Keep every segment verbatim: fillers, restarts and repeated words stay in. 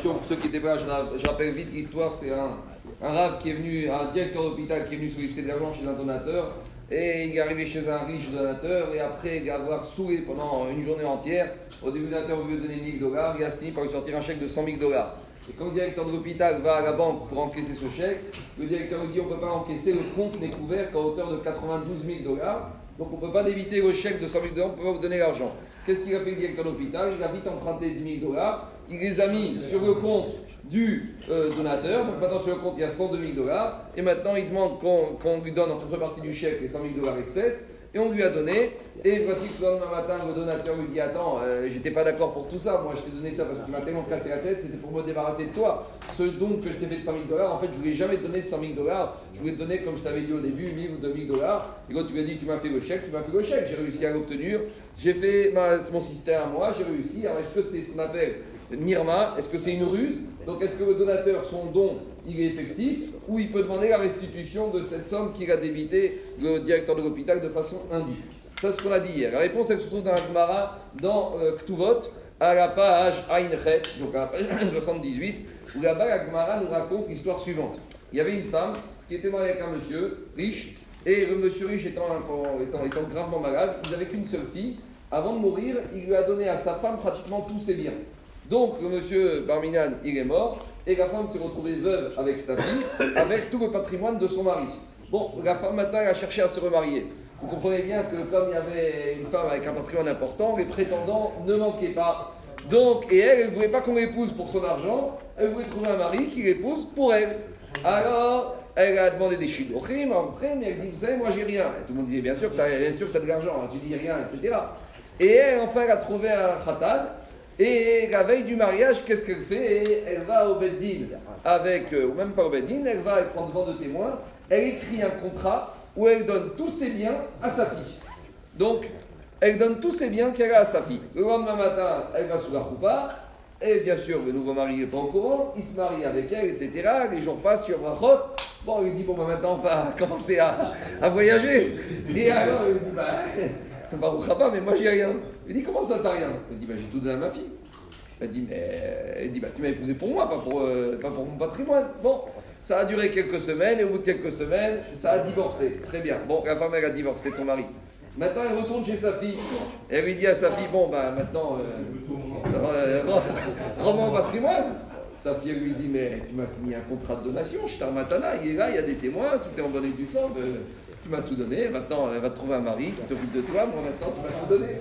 question pour ceux qui étaient là, je rappelle vite l'histoire, c'est un, un rave qui est venu, un directeur d'hôpital qui est venu solliciter de l'argent chez un donateur, et il est arrivé chez un riche donateur, et après avoir saoulé pendant une journée entière, au début le donateur voulait lui donner mille dollars, il a fini par lui sortir un chèque de cent mille dollars. Et quand le directeur de l'hôpital va à la banque pour encaisser ce chèque, le directeur lui dit on ne peut pas encaisser, le compte n'est couvert qu'à hauteur de quatre-vingt-douze mille dollars, donc on ne peut pas débiter le chèque de cent mille dollars, on ne peut pas vous donner l'argent. Qu'est-ce qu'il a fait le directeur de l'hôpital? Il a vite emprunté dix mille dollars, il les a mis sur le compte du euh, donateur, donc maintenant sur le compte il y a cent deux mille dollars, et maintenant il demande qu'on, qu'on lui donne en contrepartie du chèque les cent mille dollars espèces, et on lui a donné, et voici que le lendemain matin, le donateur lui dit attends, euh, j'étais pas d'accord pour tout ça, moi je t'ai donné ça parce que tu m'as tellement cassé la tête, c'était pour me débarrasser de toi. Ce don que je t'ai fait de cent mille dollars, en fait je voulais jamais te donner cent mille dollars, je voulais te donner comme je t'avais dit au début, mille ou deux mille dollars, et quand tu lui as dit tu m'as fait le chèque, tu m'as fait le chèque, j'ai réussi à l'obtenir, j'ai fait ma, mon système à moi, j'ai réussi, alors est-ce que c'est ce qu'on appelle Mirma, est-ce que c'est une ruse? Donc est-ce que le donateur, son don, il est effectif ou il peut demander la restitution de cette somme qu'il a débité le directeur de l'hôpital de façon indue? Ça, c'est ce qu'on a dit hier. La réponse, elle se trouve dans la Gemara, dans euh, Ktuvot, à la page Aïnchet, donc à la page soixante-dix-huit, où là-bas, la Gemara nous raconte l'histoire suivante. Il y avait une femme qui était mariée avec un monsieur riche, et le monsieur riche étant, étant, étant gravement malade, ils n'avaient qu'une seule fille. Avant de mourir, il lui a donné à sa femme pratiquement tous ses biens. Donc, le monsieur Barminan, il est mort, et la femme s'est retrouvée veuve avec sa fille, avec tout le patrimoine de son mari. Bon, la femme maintenant, elle a cherché à se remarier. Vous comprenez bien que comme il y avait une femme avec un patrimoine important, les prétendants ne manquaient pas. Donc, et elle, elle ne voulait pas qu'on l'épouse pour son argent, elle voulait trouver un mari qui l'épouse pour elle. Alors, elle a demandé des shidduchim, après, mais elle dit, vous savez, moi j'ai rien. Et tout le monde disait, bien sûr que tu as, bien sûr que tu as de l'argent, hein, tu dis rien, et cetera. Et elle, enfin, elle a trouvé un khatat. Et la veille du mariage, qu'est-ce qu'elle fait? Et elle va au Beddin, avec, euh, ou même pas au Beddin, elle va elle prend devant de témoins, elle écrit un contrat où elle donne tous ses biens à sa fille. Donc, elle donne tous ses biens qu'elle a à sa fille. Le lendemain matin, elle va sous la roupa, et bien sûr, le nouveau mari n'est pas au courant, il se marie avec elle, et cetera. Les jours passent, il y aura Rot. Bon, il dit, bon, bah, maintenant, on va commencer à, à voyager. Et alors, il dit, bah, Baruch Haba, mais moi, j'ai rien. Il dit, comment ça, t'as rien? Il dit, bah, j'ai tout donné à ma fille. Elle dit, mais elle dit, bah, tu m'as épousé pour moi, pas pour, euh, pas pour mon patrimoine. Bon, ça a duré quelques semaines, et au bout de quelques semaines, ça a divorcé. Très bien. Bon, la femme, elle a divorcé de son mari. Maintenant, elle retourne chez sa fille. Et elle lui dit à sa fille, bon, bah, maintenant, euh, euh, rends mon patrimoine. Sa fille, elle lui dit, mais tu m'as signé un contrat de donation, Shtar Matana, il est là, il y a des témoins, tout est en bonne et due forme. Euh, tu m'as tout donné, maintenant, elle va te trouver un mari qui t'occupe de toi, moi, maintenant, tu m'as tout donné.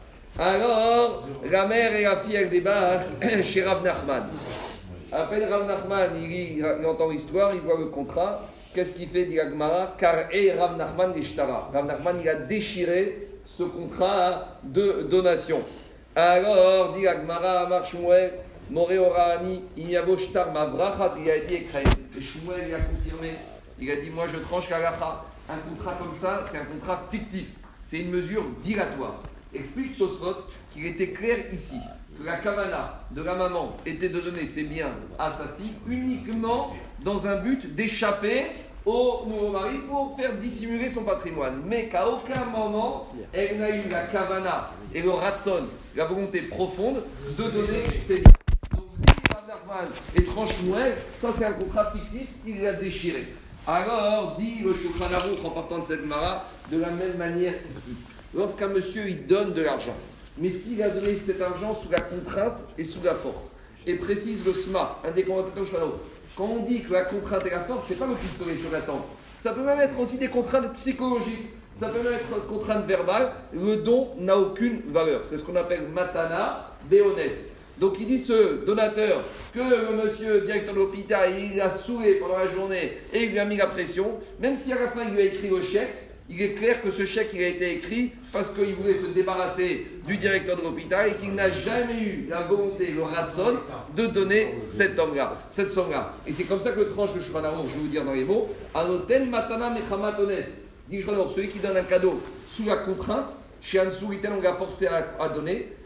Alors, la mère et la fille, elles débarquent chez Rav Nachman. Après, Rav Nachman, il, il, il entend l'histoire, il voit le contrat. Qu'est-ce qu'il fait, dit la Gemara? Car et Rav Nachman l'ishtara. Rav Nachman, il a déchiré ce contrat de donation. Alors, dit la Gemara, Amar Shmuel, Moré Orani, Inyavo Shtar Mavrachat, il a été écrit. Et Shmuel, il a confirmé. Il a dit, moi, je tranche l'alacha. Un contrat comme ça, c'est un contrat fictif. C'est une mesure dilatoire. Explique Tosfot qu'il était clair ici que la kavana de la maman était de donner ses biens à sa fille uniquement dans un but d'échapper au nouveau mari pour faire dissimuler son patrimoine. Mais qu'à aucun moment, elle n'a eu la kavana et le ratson, la volonté profonde de donner ses biens. Donc, dit Rav Nachman et tranche Shmuel, ça c'est un contrat fictif, il l'a déchiré. Alors, dit le Shulchan Aruch en partant de cette mara, de la même manière ici. Lorsqu'un monsieur il donne de l'argent, mais s'il a donné cet argent sous la contrainte et sous la force, et précise le S M A, un des commentateurs Shulchan Aruch, quand on dit que la contrainte et la force, c'est pas le pistolet sur la tempe. Ça peut même être aussi des contraintes psychologiques. Ça peut même être contrainte verbale. Le don n'a aucune valeur. C'est ce qu'on appelle matana beones. Donc il dit ce donateur que le monsieur directeur de l'hôpital il a saoulé pendant la journée et il lui a mis la pression. Même si à la fin il lui a écrit le chèque, il est clair que ce chèque il a été écrit parce qu'il voulait se débarrasser du directeur de l'hôpital et qu'il n'a jamais eu la volonté, le ratson, de donner cet homme-là, cette somme-là. Et c'est comme ça que le tranche de Shulchan Aruch, je vais vous dire dans les mots, Anoten matana mechamat ones. Dit Shulchan Aruch, celui qui donne un cadeau sous la contrainte, chez Ansou, on l'a forcé à, à donner,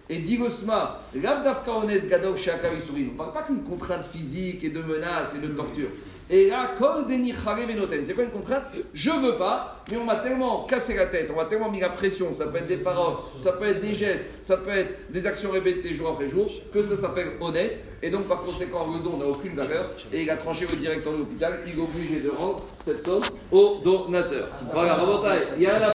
Et dit l'osma, l'avdafka ones gadol shaka isurin. On ne parle pas qu'une contrainte physique et de menaces et de torture. Et là, kol deni chare venoten. C'est quoi une contrainte? Je veux pas, mais on m'a tellement cassé la tête, on m'a tellement mis la pression. Ça peut être des paroles, ça peut être des gestes, ça peut être des actions répétées jour après jour, que ça s'appelle honnête. Et donc, par conséquent, le don n'a aucune valeur. Et il a tranché le directeur de l'hôpital, il est obligé de rendre cette somme au donateur. Voilà, Rabotai, il y a la